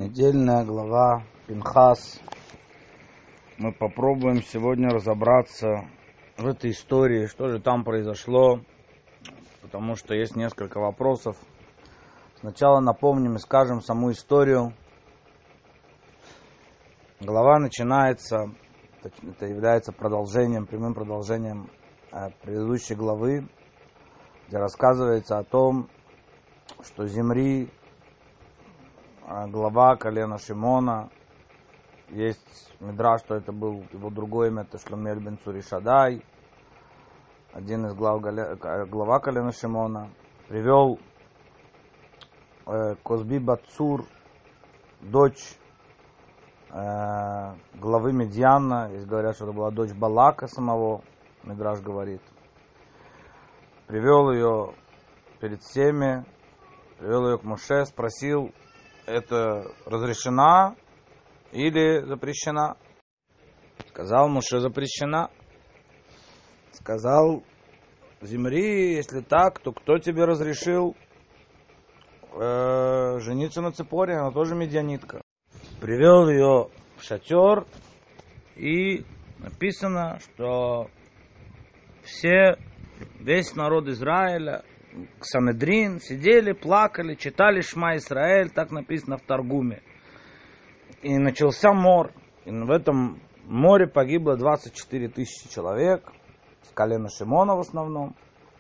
Недельная глава Пинхас. Мы попробуем сегодня разобраться в этой истории, что же там произошло, потому что есть несколько вопросов. Сначала напомним и скажем саму историю. Глава начинается, это является продолжением, прямым продолжением предыдущей главы, где рассказывается о том, что Зимри, глава колена Шимона, есть мидраш, что это был его другое имя, это Шломель бен Цуришадай, один из глава колена Шимона, привел Козби Бацур, дочь главы Медьяна, есть говорят, что это была дочь Балака самого, мидраш говорит, привел ее перед всеми, привел ее к Моше, спросил, это разрешена или запрещена? Сказал Моше, запрещена. Сказал Зимри, если так, то кто тебе разрешил жениться на Ципоре? Она тоже медианитка. Привел ее в шатер, и написано, что весь народ Израиля, Санедрин, сидели, плакали, читали Шма Исраэль, так написано в Таргуме. И начался мор. И в этом море погибло 24 тысячи человек, с колена Шимона в основном.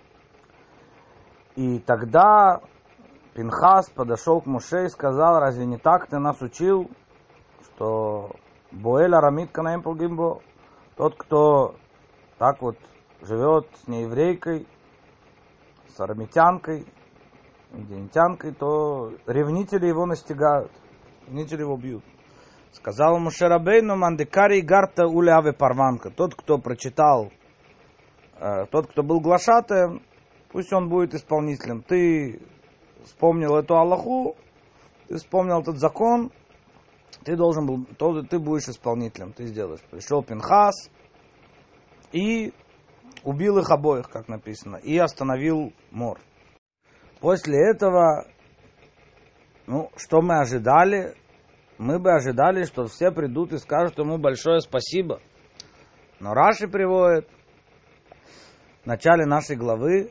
И тогда Пинхас подошел к Моше и сказал, разве не так ты нас учил, что Боэль Арамит Канаим Погимбо, тот, кто так вот живет с нееврейкой, с арамитянкой, медианитянкой, то ревнители его настигают, ревнители его бьют. Сказал Моше Рабейну, Мандекари Гарта Уляве Парванка, тот, кто прочитал, тот, кто был глашатаем, пусть он будет исполнителем. Ты вспомнил эту Аллаху, ты вспомнил этот закон, ты должен был, ты будешь исполнителем, ты сделаешь. Пришел Пинхас и убил их обоих, как написано, и остановил мор. После этого, что мы ожидали? Мы бы ожидали, что все придут и скажут ему большое спасибо. Но Раши приводит в начале нашей главы,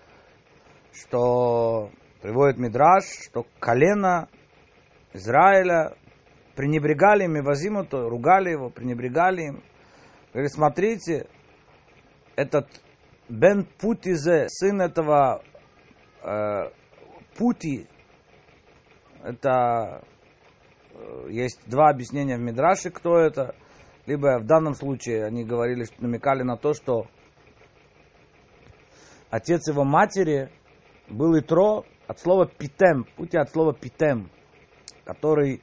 что приводит Мидраш, что колено Израиля пренебрегали им, и Вазимуту, ругали его, пренебрегали им. Говорит, смотрите, этот Бен Путизе, сын этого Пути, это есть два объяснения в Мидраше, кто это. Либо в данном случае они говорили, что намекали на то, что отец его матери был Итро от слова питем, Пути от слова питем, который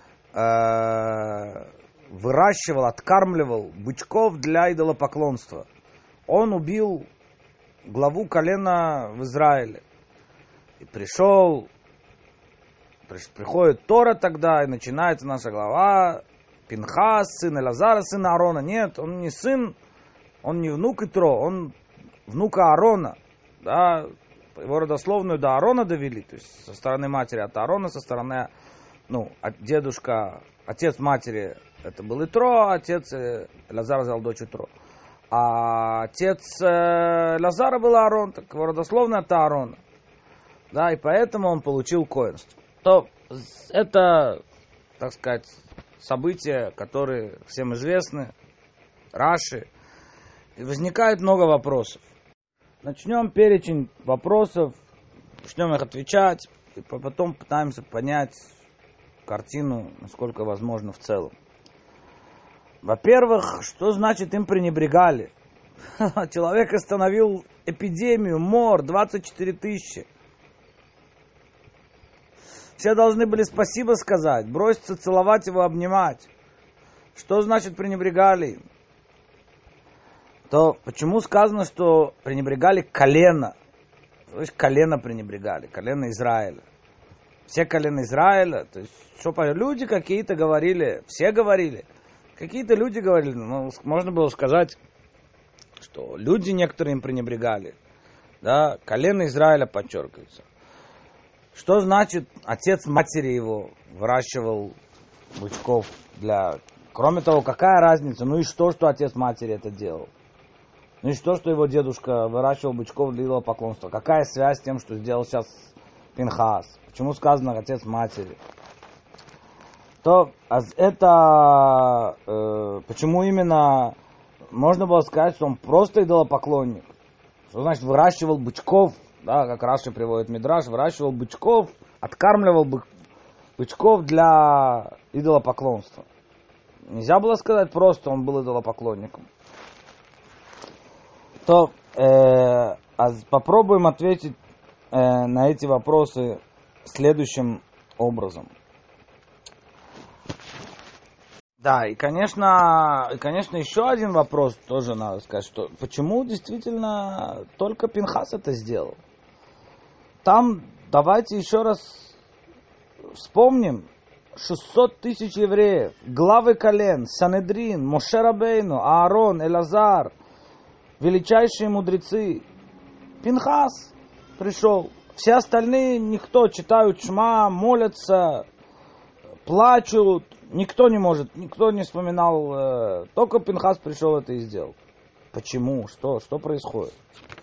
выращивал, откармливал бычков для идолопоклонства. Он убил главу колена в Израиле. И приходит Тора тогда, и начинается наша глава. Пинхас, сын Элазара, сын Аарона. Нет, он не сын, он не внук Итро, он внука Аарона. Да, его родословную до Аарона довели, то есть со стороны матери от Аарона, со стороны, дедушка, отец матери, это был Итро, отец Элазара взял дочь Итро. А отец Лазара был Аарон, так его родословно это Аарон. Да, и поэтому он получил коэнство. То это, так сказать, события, которые всем известны, Раши. И возникает много вопросов. Начнем перечень вопросов, начнем их отвечать, и потом пытаемся понять картину, насколько возможно в целом. Во-первых, что значит им пренебрегали? Человек остановил эпидемию, мор, 24 тысячи. Все должны были спасибо сказать, броситься целовать его, обнимать. Что значит пренебрегали им? То почему сказано, что пренебрегали колено? То есть колено пренебрегали, колено Израиля. Все колена Израиля, то есть что люди какие-то говорили, все говорили. Какие-то люди говорили, можно было сказать, что люди некоторые им пренебрегали. Да, колено Израиля подчеркивается. Что значит отец матери его выращивал бычков для... Кроме того, какая разница? Ну и что отец матери это делал? Ну и что его дедушка выращивал бычков для идолопоклонства? Какая связь с тем, что сделал сейчас Пинхас? Почему сказано отец матери? То это... почему именно можно было сказать, что он просто идолопоклонник? Что значит выращивал бычков? Да, как Раши приводит Мидраш, выращивал бычков, откармливал бычков для идолопоклонства. Нельзя было сказать просто, он был идолопоклонником. То попробуем ответить на эти вопросы следующим образом. Да, и конечно, еще один вопрос тоже надо сказать, что почему действительно только Пинхас это сделал? Там, давайте еще раз вспомним, 600 тысяч евреев, главы колен, Санедрин, Моше Рабейну, Аарон, Элазар, величайшие мудрецы. Пинхас пришел. Все остальные, никто, читают Шма, молятся, плачут. Никто не может, никто не вспоминал. Только Пинхас пришел это и сделал. Почему? Что происходит?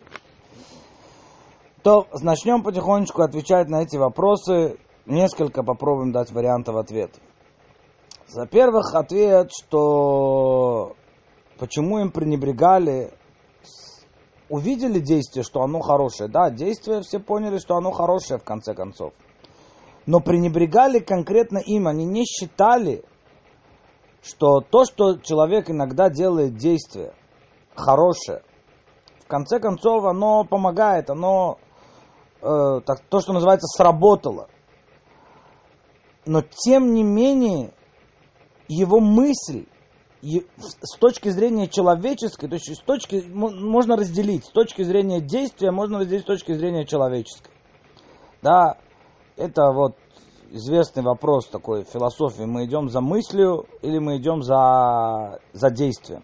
То начнем потихонечку отвечать на эти вопросы. Несколько попробуем дать вариантов ответа. Во-первых, ответ, что почему им пренебрегали, увидели действие, что оно хорошее. Да, действие все поняли, что оно хорошее в конце концов. Но пренебрегали конкретно им. Они не считали, что то, что человек иногда делает действие хорошее, в конце концов оно помогает, оно то, что называется, сработало. Но тем не менее, его мысль с точки зрения человеческой, то есть можно разделить, с точки зрения действия можно разделить с точки зрения человеческой. Да, это вот известный вопрос такой в философии. Мы идем за мыслью или мы идем за действием?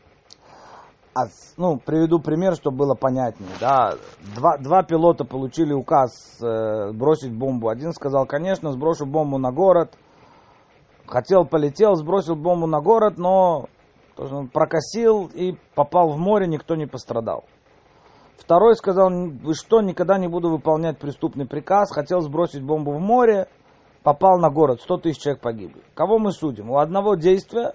Приведу пример, чтобы было понятнее. Да, два пилота получили указ бросить бомбу. Один сказал, конечно, сброшу бомбу на город. Полетел, сбросил бомбу на город, но прокосил и попал в море, никто не пострадал. Второй сказал, вы что, никогда не буду выполнять преступный приказ. Хотел сбросить бомбу в море, попал на город, 100 тысяч человек погибли. Кого мы судим? У одного действия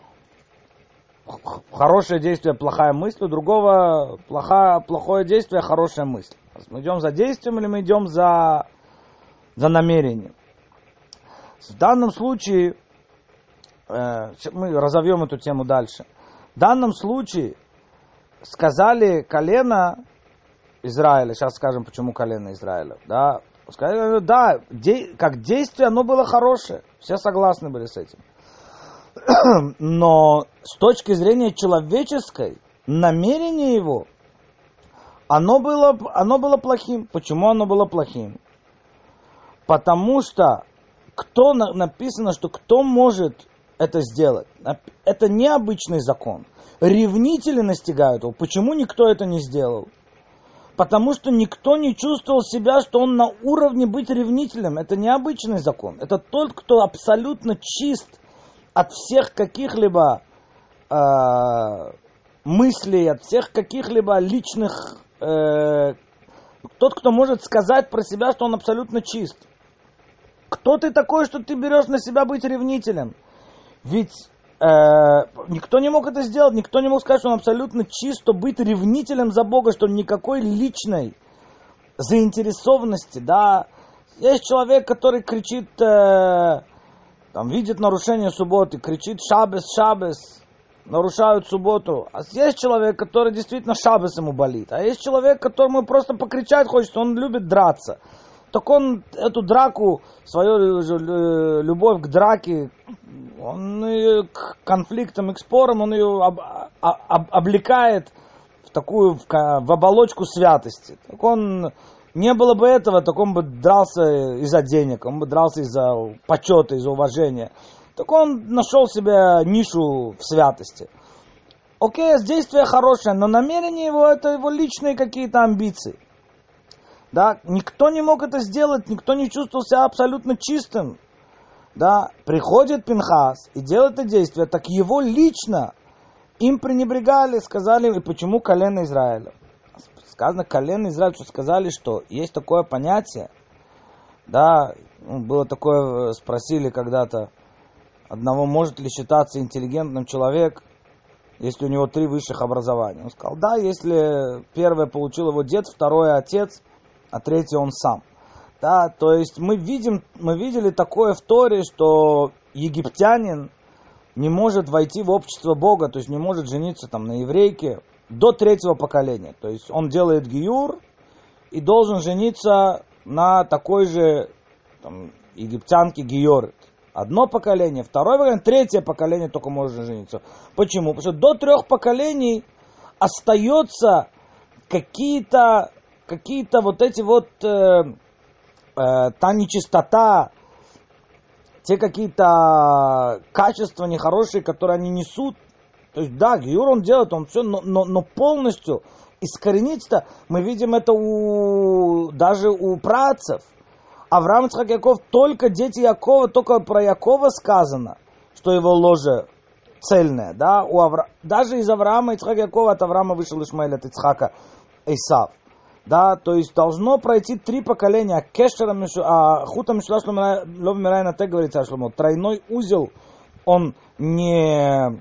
хорошее действие, плохая мысль, у другого плохое действие, хорошая мысль. Мы идем за действием или мы идем за намерением? В данном случае, мы разовьем эту тему дальше. В данном случае сказали колено Израиля, сейчас скажем, почему колено Израиля, да, сказали, да, как действие оно было хорошее, все согласны были с этим. Но с точки зрения человеческой, намерение его, оно было плохим. Почему оно было плохим? Потому что написано, что кто может это сделать? Это необычный закон. Ревнители настигают его. Почему никто это не сделал? Потому что никто не чувствовал себя, что он на уровне быть ревнителем. Это необычный закон. Это тот, кто абсолютно чист от всех каких-либо мыслей, от всех каких-либо личных... тот, кто может сказать про себя, что он абсолютно чист. Кто ты такой, что ты берешь на себя быть ревнителем? Ведь никто не мог это сделать, никто не мог сказать, что он абсолютно чист, что быть ревнителем за Бога, что никакой личной заинтересованности, да. Есть человек, который кричит, видит нарушение субботы, кричит шабес, нарушают субботу. А есть человек, который действительно шабес ему болит. А есть человек, которому просто покричать хочется, он любит драться. Так он эту драку, свою любовь к драке, он ее к конфликтам и к спорам, он ее облекает в оболочку святости. Так он, не было бы этого, так он бы дрался из-за денег, он бы дрался из-за почета, из-за уважения. Так он нашел себе нишу в святости. Окей, действие хорошее, но намерение его, это его личные какие-то амбиции. Да, никто не мог это сделать, никто не чувствовал себя абсолютно чистым. Да, приходит Пинхас и делает это действие, так его лично им пренебрегали, сказали, и почему колено Израиля? Сказано, колено Израиля, что сказали, что есть такое понятие, да, было такое, спросили когда-то одного, может ли считаться интеллигентным человек, если у него 3 высших образования. Он сказал, да, если первое получил его дед, второе отец, а третье он сам. Да, то есть мы видели такое в Торе, что египтянин не может войти в общество Бога, то есть не может жениться там на еврейке до 3-го поколения. То есть он делает гиюр и должен жениться на такой же там, египтянке гиюр. Одно поколение, второе поколение, 3-е поколение только может жениться. Почему? Потому что до 3 поколений остается какие-то вот эти вот та нечистота, те какие-то качества нехорошие, которые они несут. То есть, да, гиюр он делает, он все, но полностью искоренить-то, мы видим это даже у праотцев. Авраам, Ицхак, Яков, только дети Якова, только про Якова сказано, что его ложе цельное. Да? Даже из Авраама, Ицхака, Якова, от Авраама вышел Ишмаэль, от Ицхака Исав. Да, то есть должно пройти 3 поколения. Хута Мишлаш Лов Мирайна Те, говорит царь Шломо, тройной узел, он не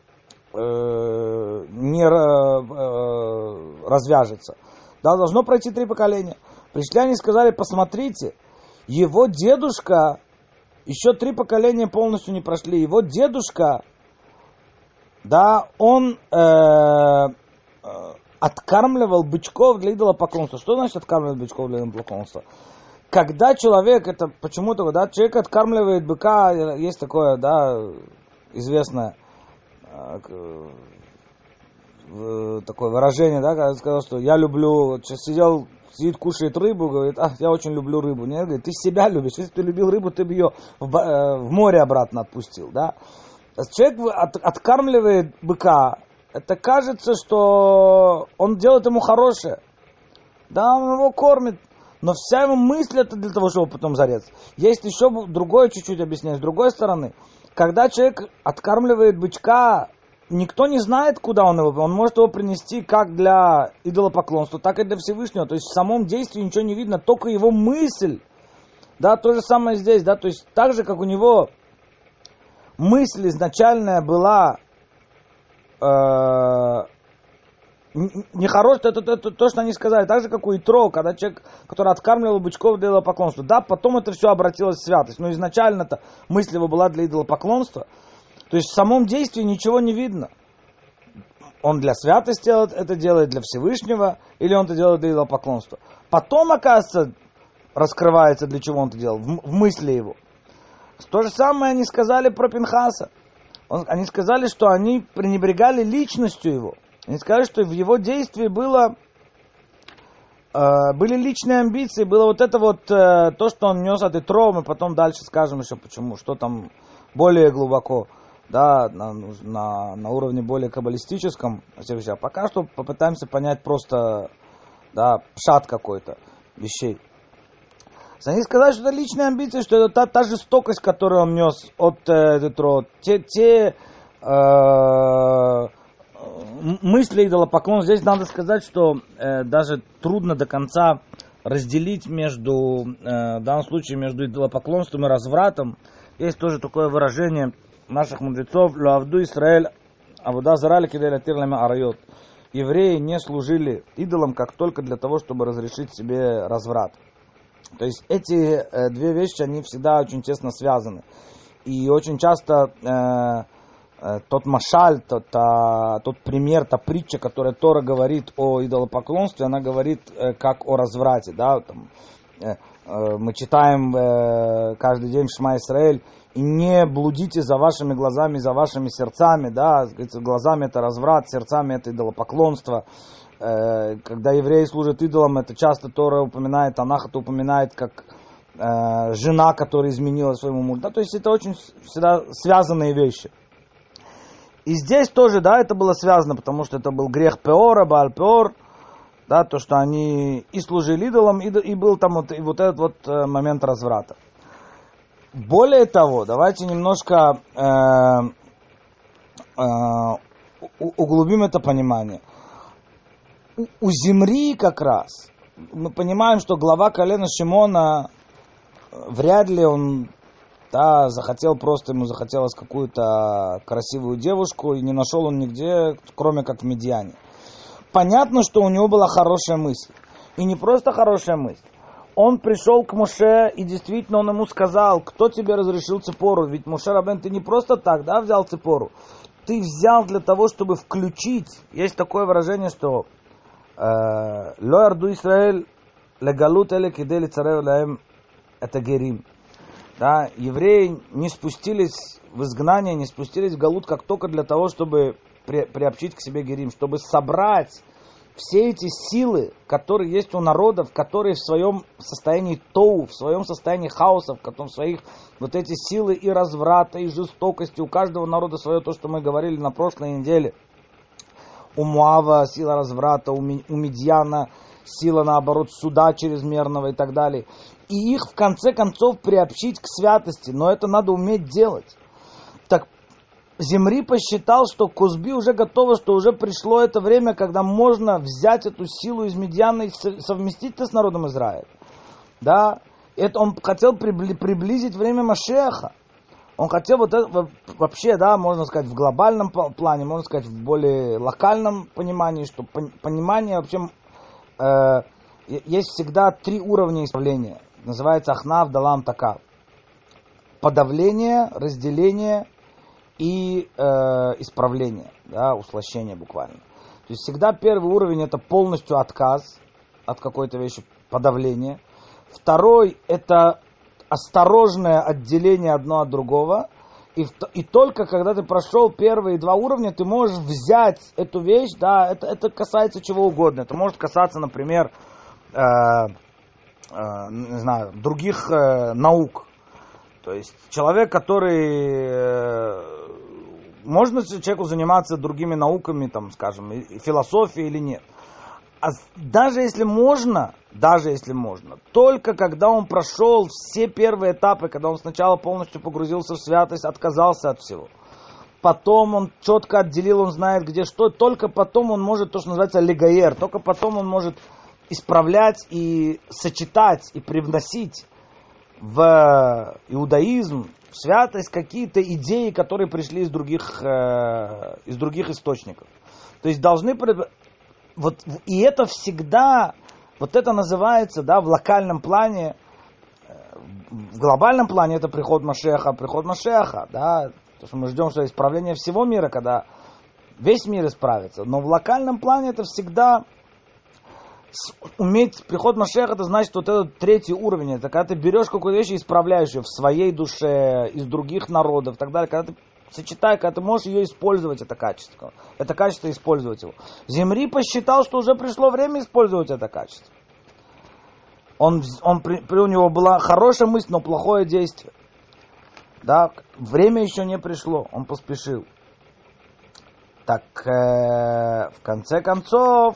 развяжется. Да, должно пройти 3 поколения. Пришли они и сказали, посмотрите, его дедушка, еще 3 поколения полностью не прошли, его дедушка, да, он откармливал бычков для идолопоклонства. Что значит откармливать бычков для идолопоклонства? Когда человек, это почему-то, да, человек откармливает быка, есть такое, да, известное такое выражение, да, когда сказал, что я люблю, сидит, кушает рыбу, говорит, я очень люблю рыбу. Нет, говорит, ты себя любишь, если ты любил рыбу, ты бы ее в море обратно отпустил, да. Человек откармливает быка, это кажется, что он делает ему хорошее. Да, он его кормит. Но вся его мысль это для того, чтобы потом зарезать. Есть еще другое чуть-чуть объяснение. С другой стороны, когда человек откармливает бычка, никто не знает, куда он его. Он может его принести как для идолопоклонства, так и для Всевышнего. То есть в самом действии ничего не видно, только его мысль. Да, то же самое здесь. Да, то есть так же, как у него мысль изначальная была нехорошее, это то, что они сказали, так же, как у Итро, когда человек, который откармливал бычков для идолопоклонства. Да, потом это все обратилось в святость, но изначально-то мысль его была для идолопоклонства. То есть в самом действии ничего не видно. Он для святости это делает, для Всевышнего, или он это делает для идолопоклонства. Потом, оказывается, раскрывается, для чего он это делал, в мысли его. То же самое они сказали про Пинхаса. Они сказали, что они пренебрегали личностью его. Они сказали, что в его действии были личные амбиции, было вот это вот то, что он нес от Итро, мы потом дальше скажем еще почему, что там более глубоко, да, на уровне более каббалистическом. Пока что попытаемся понять просто, да, пшат какой-то вещей. Они сказали, что это личные амбиции, что это та жестокость, которую он нес от Итро, те мысли идолопоклонства. Здесь надо сказать, что даже трудно до конца разделить между, в данном случае, между идолопоклонством и развратом. Есть тоже такое выражение наших мудрецов: «Луавду Исраэль авуда зара ликидей латир лами арайот». Евреи не служили идолам как только для того, чтобы разрешить себе разврат. То есть эти 2 вещи, они всегда очень тесно связаны. И очень часто тот машаль, тот пример, та притча, которая Тора говорит о идолопоклонстве, она говорит как о разврате. Да? Там, мы читаем каждый день в Шма Исраэль: «И не блудите за вашими глазами, за вашими сердцами». Да? Глазами это разврат, сердцами это идолопоклонство. Когда евреи служат идолам, это часто Тора упоминает, Танах это упоминает как жена, которая изменила своему мужу. Да? То есть это очень всегда связанные вещи. И здесь тоже, да, это было связано, потому что это был грех Пеора, Бааль Пеор. да, то, что они и служили идолам, и был там и вот этот вот момент разврата. Более того, давайте немножко углубим это понимание. У Зимри как раз мы понимаем, что глава колена Шимона вряд ли он захотел, просто ему захотелось какую-то красивую девушку, и не нашел он нигде, кроме как в Медиане. Понятно, что у него была хорошая мысль. И не просто хорошая мысль. Он пришел к Моше, и действительно он ему сказал: кто тебе разрешил ципору? Ведь Моше Рабейну, ты не просто так, взял ципору. Ты взял для того, чтобы включить. Есть такое выражение, что «Ло ярду Исраэль легалут эле кидей лицарев лаэм это герим». Да, евреи не спустились в изгнание, не спустились в галут, как только для того, чтобы приобщить к себе герим, чтобы собрать все эти силы, которые есть у народов, которые в своем состоянии тоу, в своем состоянии хаоса, в котором своих вот эти силы и разврата, и жестокости, у каждого народа свое, то, что мы говорили на прошлой неделе. У Муава сила разврата, у Медьяна сила, наоборот, суда чрезмерного и так далее. И их, в конце концов, приобщить к святости. Но это надо уметь делать. Так Зимри посчитал, что Козби уже готово, что уже пришло это время, когда можно взять эту силу из Медьяна и совместить это с народом Израиля. Да? Это он хотел приблизить время Машеха. Он хотел вот это, вообще, можно сказать, в глобальном плане, можно сказать, в более локальном понимании, что понимание вообще есть всегда 3 уровня исправления. Называется Ахнав Далам Такав. Подавление, разделение и исправление, услощение буквально. То есть всегда первый уровень — это полностью отказ от какой-то вещи, подавление. Второй — это осторожное отделение одно от другого. И только когда ты прошел первые 2 уровня, ты можешь взять эту вещь, это касается чего угодно. Это может касаться, например, не знаю, других наук. То есть человек, который... можно человеку заниматься другими науками, там, скажем, и философией или нет. А даже если можно, только когда он прошел все первые этапы, когда он сначала полностью погрузился в святость, отказался от всего. Потом он четко отделил, он знает где что, только потом он может, то, что называется легаер, только потом он может исправлять и сочетать и привносить в иудаизм, в святость какие-то идеи, которые пришли из других источников. То есть должны... и это всегда, это называется, в локальном плане, в глобальном плане это приход Машеха, то, что мы ждем, что исправление всего мира, когда весь мир исправится. Но в локальном плане это всегда уметь приход Машеха, это значит вот этот 3-й уровень. Это когда ты берешь какую-то вещь и исправляешь ее в своей душе, из других народов и так далее. Когда ты сочетаешь, когда ты можешь ее использовать, это качество использовать его. Зимри посчитал, что уже пришло время использовать это качество. У него была хорошая мысль, но плохое действие. Время еще не пришло, он поспешил. Так, в конце концов,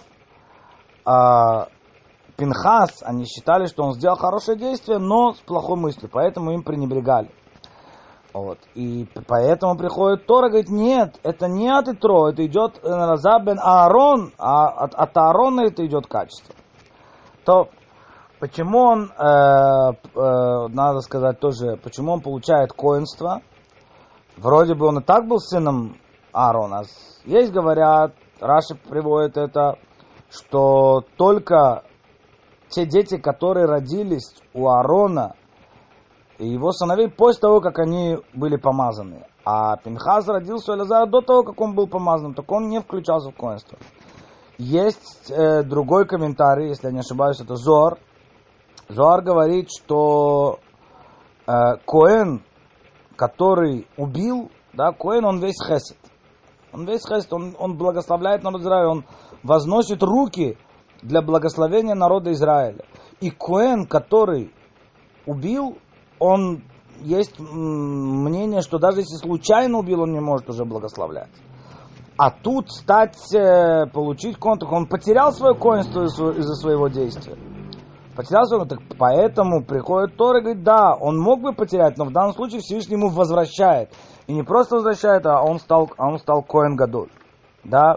Пинхас, они считали, что он сделал хорошее действие, но с плохой мыслью, поэтому им пренебрегали. И поэтому приходит Тора, говорит: нет, это не от Итро, это идет Раза бен Аарон, а от Аарона это идет качество. То почему он, надо сказать тоже, почему он получает коэнство? Вроде бы он и так был сыном Аарона. Есть, говорят, Раши приводит это, что только те дети, которые родились у Аарона и его сыновей после того, как они были помазаны. А Пинхас родился у Элазара до того, как он был помазан, так он не включался в коэнство. Есть другой комментарий, если я не ошибаюсь, это Зоар. Зоар говорит, что коэн, который убил, коэн, он весь хесед. Он благословляет народ Израиля, он возносит руки для благословения народа Израиля. И коэн, который убил, он, есть мнение, что даже если случайно убил, он не может уже благословлять. А тут получить контракт, он потерял свое коинство из-за своего действия. Потерял свое, так поэтому приходит Тора и говорит, да, он мог бы потерять, но в данном случае Всевышний ему возвращает. И не просто возвращает, а он стал Коэн Гадоль. Да.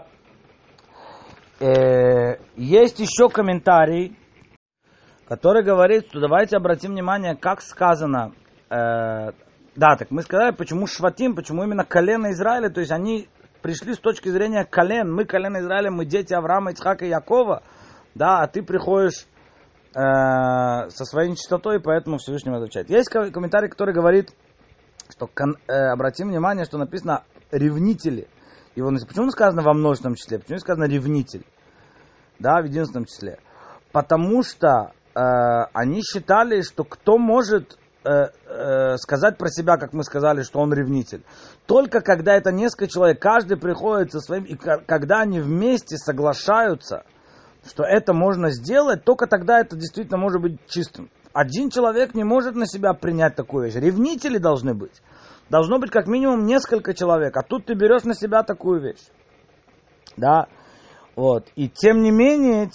Есть еще комментарий, который говорит, что давайте обратим внимание, как сказано. Да, так мы сказали, почему Шватим, почему именно колено Израиля, то есть они пришли с точки зрения колен. Мы колено Израиля, мы дети Авраама, Ицхака и Якова, да, а ты приходишь со своей нечистотой, и поэтому Всевышнему отвечает. Есть комментарий, который говорит, что обратим внимание, что написано ревнители. Почему сказано во множественном числе? Почему сказано ревнитель? Да, в единственном числе. Потому что они считали, что кто может сказать про себя, как мы сказали, что он ревнитель. Только когда это несколько человек, каждый приходит со своим, и когда они вместе соглашаются, что это можно сделать, только тогда это действительно может быть чистым. Один человек не может на себя принять такую вещь. Ревнители должны быть. Должно быть как минимум несколько человек. А тут ты берешь на себя такую вещь. Да. Вот. И тем не менее,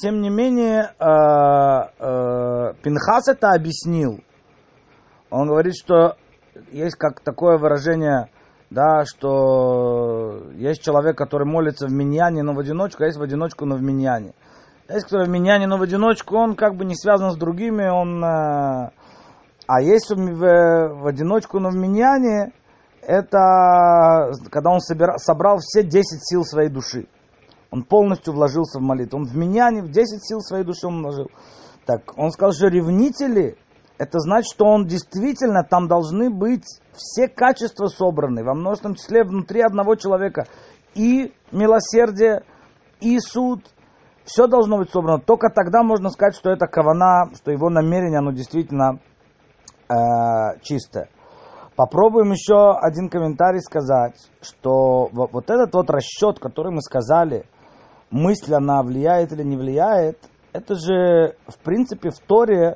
Пинхас это объяснил. Он говорит, что есть как такое выражение, да, что есть человек, который молится в миньяне, но в одиночку, а есть в одиночку, но в миньяне. Есть кто в миньяне, но в одиночку, он как бы не связан с другими, а есть в одиночку, но в миньяне, это когда он собрал все 10 сил своей души. Он полностью вложился в молитву. Он в миньяне, в 10 сил своей души он вложил. Так, он сказал, что ревнители, это значит, что он действительно, там должны быть все качества собраны, во множественном числе внутри одного человека. И милосердие, и суд, все должно быть собрано. Только тогда можно сказать, что это кавана, что его намерение, оно действительно чистое. Попробуем еще один комментарий сказать, что вот этот вот расчет, который мы сказали, мысль она влияет или не влияет, это же, в принципе, в Торе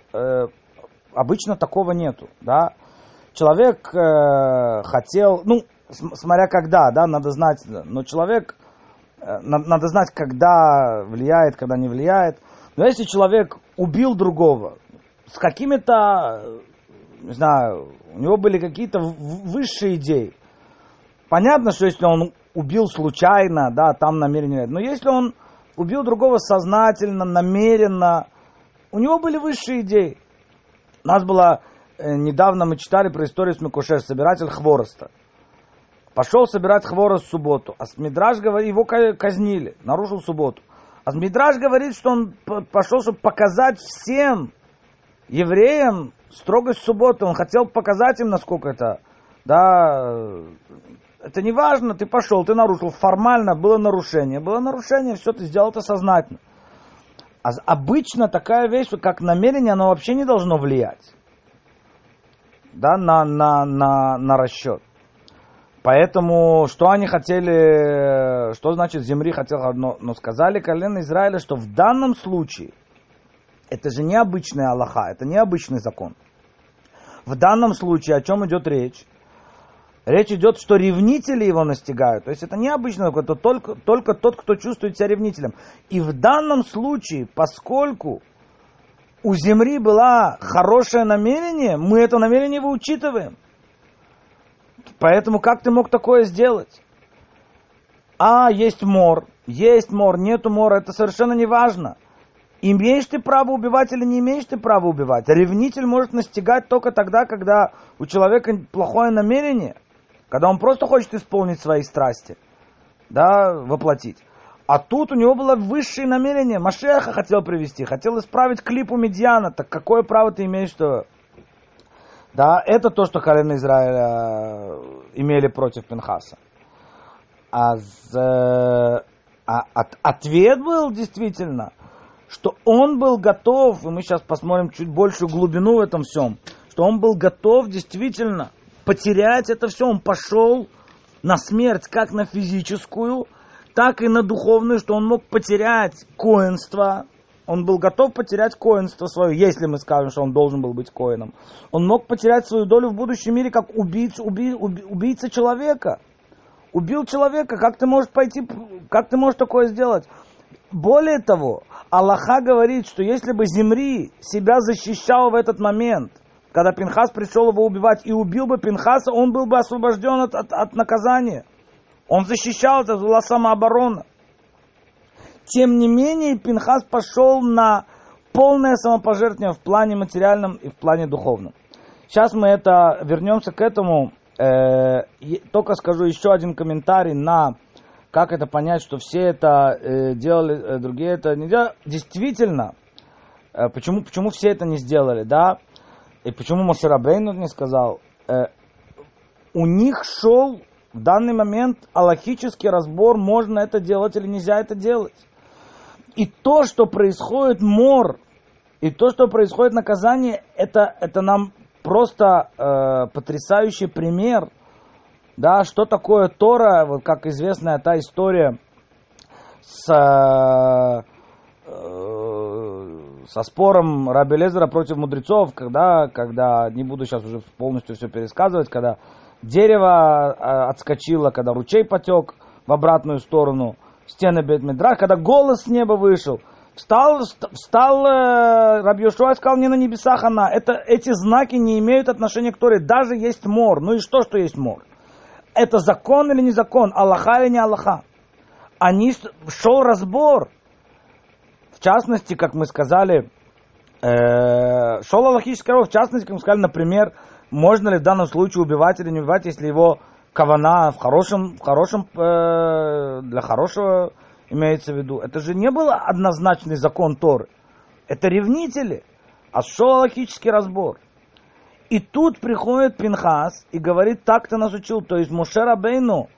обычно такого нету, да. Человек хотел, смотря когда, да, надо знать, но человек, надо знать, когда влияет, когда не влияет. Но если человек убил другого с какими-то, не знаю, у него были какие-то высшие идеи, понятно, что если он убил случайно, да, там намерение нет. Но если он убил другого сознательно, намеренно, у него были высшие идеи. У нас было, недавно мы читали про историю с Микошеш, собиратель хвороста. Пошел собирать хворост в субботу. А Мидраш говорит, его казнили, нарушил субботу. А Мидраш говорит, что он пошел, чтобы показать всем евреям строгость субботы. Он хотел показать им, насколько это, да, это не важно, ты пошел, ты нарушил. Формально было нарушение, все, ты сделал это сознательно. А обычно такая вещь, как намерение, оно вообще не должно влиять, да, на расчет. Поэтому, что они хотели, что значит Зимри хотел одно, но сказали колено Израиля, что в данном случае, это же необычная Аллаха, это необычный закон. В данном случае, о чем идет речь? Речь идет, что ревнители его настигают. То есть это необычно, это только тот, кто чувствует себя ревнителем. И в данном случае, поскольку у Зимри было хорошее намерение, мы это намерение его учитываем. Поэтому как ты мог такое сделать? Есть мор, нету мора, это совершенно не важно. Имеешь ты право убивать или не имеешь ты права убивать? Ревнитель может настигать только тогда, когда у человека плохое намерение, когда он просто хочет исполнить свои страсти, да, воплотить. А тут у него было высшее намерение. Машеха хотел привести, хотел исправить клипу Медьяна. Так какое право ты имеешь, что... Да, это то, что колено Израиля имели против Пинхаса. Ответ был действительно, что он был готов, и мы сейчас посмотрим чуть большую глубину в этом всем, что он был готов действительно потерять это все. Он пошел на смерть как на физическую, так и на духовную, что он мог потерять коэнство. Он был готов потерять коэнство свое, если мы скажем, что он должен был быть коэном. Он мог потерять свою долю в будущем мире как убийца человека. убил человека, как ты можешь такое сделать? Более того, Аллаха говорит, что если бы Зимри себя защищал в этот момент, когда Пинхас пришел его убивать и убил бы Пинхаса, он был бы освобожден от наказания. Он защищал, это была самооборона. Тем не менее, Пинхас пошел на полное самопожертвование в плане материальном и в плане духовном. Сейчас мы вернемся к этому. Только скажу еще один комментарий на как это понять, что все это делали, другие это не делали. Действительно, почему все это не сделали, да? И почему Моше Рабейну не сказал? У них шел в данный момент алахический разбор, можно это делать или нельзя это делать. И то, что происходит мор, и то, что происходит наказание, это нам просто потрясающий пример, да, что такое Тора, вот как известная та история со спором Раби Элиэзера против мудрецов, когда, не буду сейчас уже полностью все пересказывать, когда дерево отскочило, когда ручей потек в обратную сторону, стены Бейт-Мидраш, когда голос с неба вышел, встал Раби Йошуа и сказал, не на небесах она. Эти знаки не имеют отношения к Торе, даже есть мор. Ну и что есть мор? Это закон или не закон? Аллаха или не Аллаха? Шел разбор. В частности, как мы сказали, шел аллахический разбор. В частности, как мы сказали, например, можно ли в данном случае убивать или не убивать, если его кавана для хорошего имеется в виду. Это же не был однозначный закон Торы. Это ревнители. А шел аллахический разбор. И тут приходит Пинхас и говорит, так ты нас учил. То есть Моше Рабейну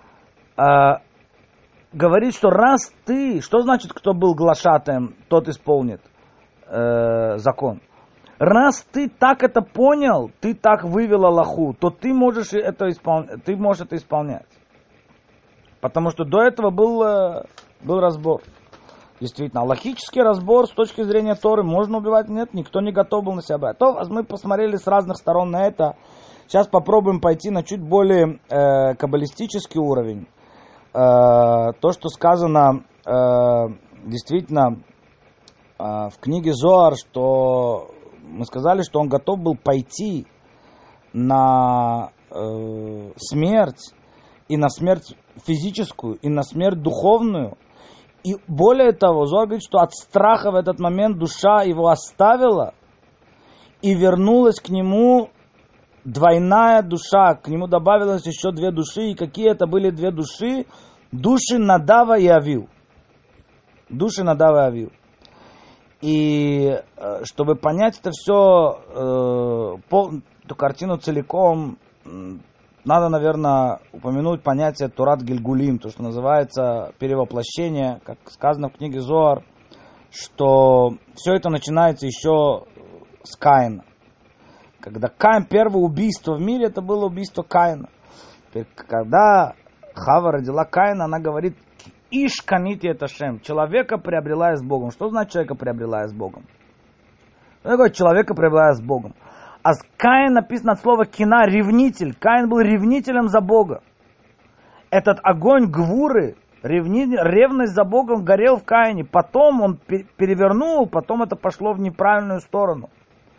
говорит, что раз ты, что значит, кто был глашатаем, тот исполнит закон. Раз ты так это понял, ты так вывел Аллаху, то ты можешь это исполнять. Потому что до этого был разбор. Действительно, аллахический разбор с точки зрения Торы, можно убивать, нет, никто не готов был на себя брать. То мы посмотрели с разных сторон на это. Сейчас попробуем пойти на чуть более каббалистический уровень. То, что сказано действительно в книге Зоар, что мы сказали, что он готов был пойти на смерть, и на смерть физическую, и на смерть духовную. И более того, Зоар говорит, что от страха в этот момент душа его оставила и вернулась к нему двойная душа, к нему добавилось еще две души. И какие это были две души? Души Надава и Авиу. Души Надава и Авиу. И чтобы понять это все, эту картину целиком, надо, наверное, упомянуть понятие Турат Гильгулим, то, что называется перевоплощение, как сказано в книге Зоар, что все это начинается еще с Каина. Когда Каин, первое убийство в мире, это было убийство Каина. Теперь, когда Хава родила Каина, она говорит, Иш канити это Шем, человека приобрела я с Богом. Что значит человека приобрела я с Богом? Что такое человека приобрела я с Богом? А с Каин написано от слова кина, ревнитель. Каин был ревнителем за Бога. Этот огонь гвуры, ревность за Богом горел в Каине. Потом он перевернул, потом это пошло в неправильную сторону.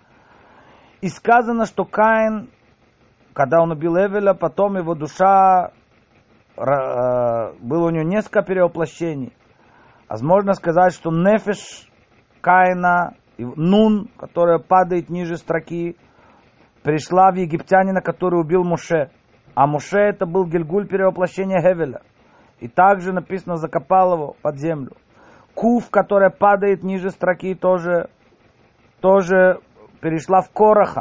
И сказано, что Каин, когда он убил Эвеля, потом его душа, было у него несколько перевоплощений. Возможно сказать, что нефеш Каина, Нун, которая падает ниже строки, пришла в египтянина, который убил Моше. А Моше это был Гильгуль перевоплощения Хевеля. И также написано, закопал его под землю. Кув, которая падает ниже строки, тоже перешла в Кораха.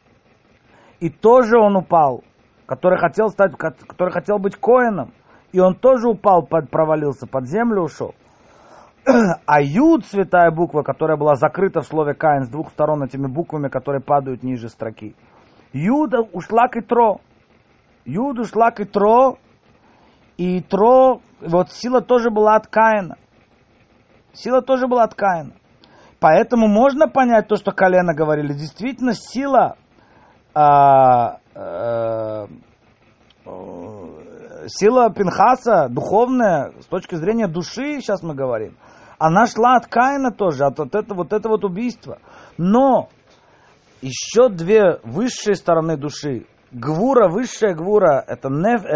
И тоже он упал, который хотел быть коэном. И он тоже упал, провалился, под землю ушел. А Юд, святая буква, которая была закрыта в слове Каин с двух сторон этими буквами, которые падают ниже строки. Юда ушла к Итро. Юд ушла к Итро. И Итро, вот сила тоже была от Каина. Сила тоже была от Каина. Поэтому можно понять то, что колено говорили. Действительно, сила сила Пинхаса, духовная, с точки зрения души, сейчас мы говорим, она шла от Каина тоже, от этого убийства. Но еще две высшие стороны души. Гвура, высшая гвура, это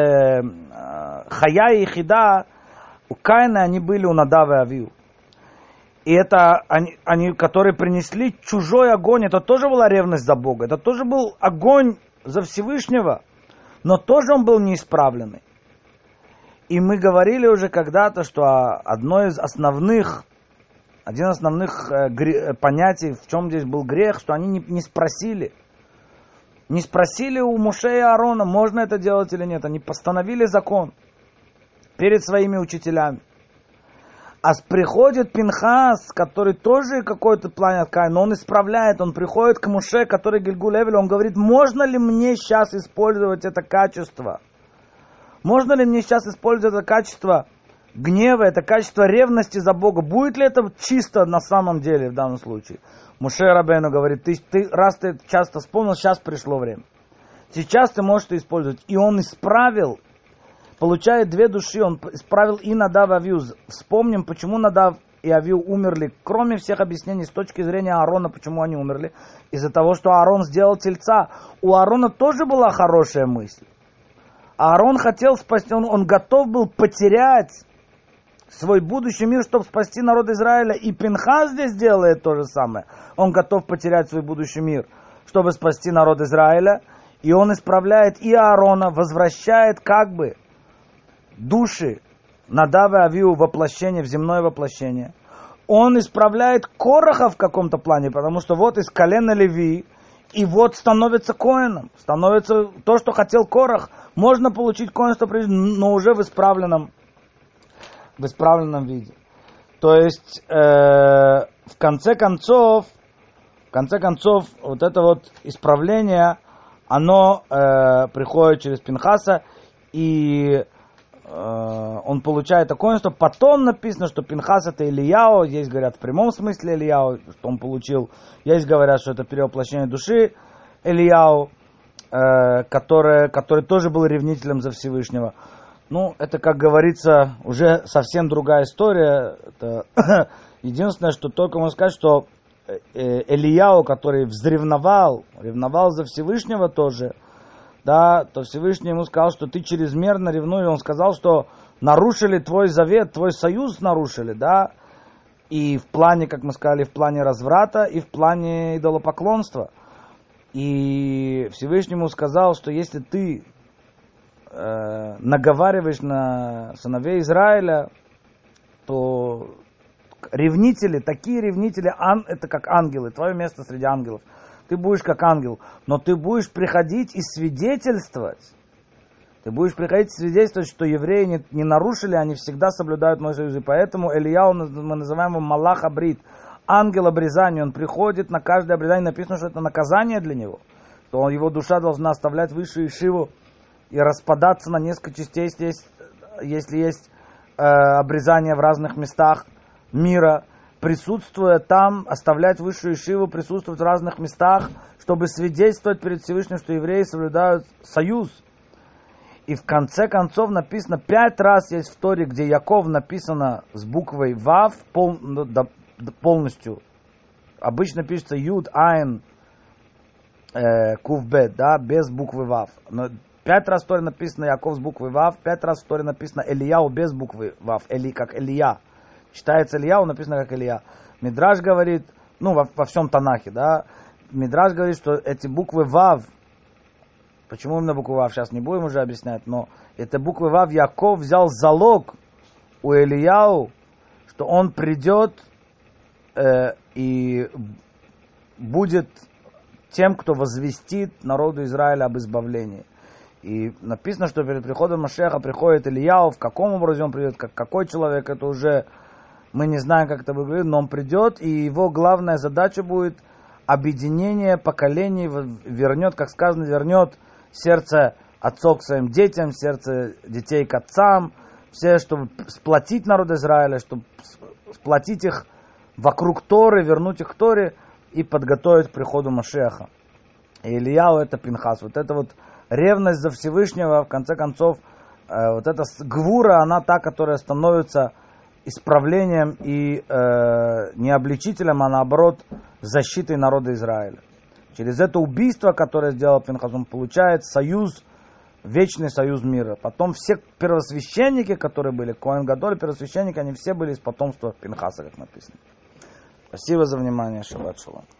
Хая и Хида, у Каина они были у Надава и Авиу. И это они, которые принесли чужой огонь, это тоже была ревность за Бога, это тоже был огонь за Всевышнего, но тоже он был неисправленный. И мы говорили уже когда-то, что одно из основных понятий, в чем здесь был грех, что они не спросили. Не спросили у Моше и Аарона, можно это делать или нет. Они постановили закон перед своими учителями. А приходит Пинхас, который тоже какой-то план от Каина, но он исправляет, он приходит к Моше, который Гильгуль Эвель, он говорит, можно ли мне сейчас использовать это качество? Можно ли мне сейчас использовать это качество гнева, это качество ревности за Бога? Будет ли это чисто на самом деле в данном случае? Моше Рабейну говорит, раз ты часто вспомнил, сейчас пришло время. Сейчас ты можешь это использовать. И он исправил, получает две души, он исправил и Надав и Авиу. Вспомним, почему Надав и Авиу умерли, кроме всех объяснений с точки зрения Аарона, почему они умерли. Из-за того, что Аарон сделал тельца. У Аарона тоже была хорошая мысль. Аарон хотел спасти, он готов был потерять свой будущий мир, чтобы спасти народ Израиля. И Пинхас здесь делает то же самое. Он готов потерять свой будущий мир, чтобы спасти народ Израиля. И он исправляет и Аарона, возвращает как бы души Надава и Авиу в воплощение, в земное воплощение. Он исправляет Кораха в каком-то плане, потому что вот из колена Леви, и вот становится коэном. Становится то, что хотел Корах. Можно получить коэнство, но уже в исправленном виде. То есть, в конце концов, вот это вот исправление, оно приходит через Пинхаса, и он получает коэнство. Потом написано, что Пинхас это Илияу, есть говорят в прямом смысле Илияу, что он получил, есть говорят, что это перевоплощение души Илияу, который тоже был ревнителем за Всевышнего. Ну, это, как говорится, уже совсем другая история. Это единственное, что только можно сказать, что Элияу, который ревновал за Всевышнего тоже, да, то Всевышний ему сказал, что ты чрезмерно ревнуешь. Он сказал, что нарушили твой завет, твой союз нарушили, да, и в плане, как мы сказали, в плане разврата, и в плане идолопоклонства. И Всевышнему сказал, что если ты наговариваешь на сыновей Израиля, то ревнители, такие ревнители, это как ангелы, твое место среди ангелов. Ты будешь как ангел, но ты будешь приходить и свидетельствовать. Ты будешь приходить и свидетельствовать, что евреи не нарушили, они всегда соблюдают мой союз. И поэтому Элияу, мы называем его Малах Абрит, ангел обрезания. Он приходит на каждое обрезание, написано, что это наказание для него. Что его душа должна оставлять высшую ишиву и распадаться на несколько частей, если есть обрезание в разных местах мира, присутствуя там, оставлять высшую ишиву, присутствовать в разных местах, чтобы свидетельствовать перед Всевышним, что евреи соблюдают союз. И в конце концов написано, 5 раз есть в Торе, где Яков написано с буквой Вав полностью. Обычно пишется Юд, Айн, Кувбет, да, без буквы Вав. Но 5 раз в Торе написано Яков с буквой Вав, 5 раз в Торе написано Элияу без буквы Вав, как Элия. Читается Элияу, написано как Элия. Мидраш говорит, во всем Танахе, да, Мидраш говорит, что эти буквы Вав, почему именно буквы Вав, сейчас не будем уже объяснять, но это буквы Вав Яков взял залог у Элияу, что он придет и будет тем, кто возвестит народу Израиля об избавлении. И написано, что перед приходом Машеха приходит Элияу, в каком образе он придет, какой человек, это уже мы не знаем, как это выглядит, но он придет, и его главная задача будет объединение поколений, вернет, как сказано, вернет сердце отцов к своим детям, сердце детей к отцам, все, чтобы сплотить народ Израиля, чтобы сплотить их вокруг Торы, вернуть их к Торе и подготовить к приходу Машеха. И Элияу это Пинхас. Вот эта вот ревность за Всевышнего, в конце концов, вот эта гвура, она та, которая становится исправлением и не обличителем, а наоборот защитой народа Израиля. Через это убийство, которое сделал Пинхас, он получает союз, вечный союз мира. Потом все первосвященники, которые были, Коэн Гадоль, первосвященники, они все были из потомства Пинхаса, как написано. Спасибо за внимание. Шаббат шалом.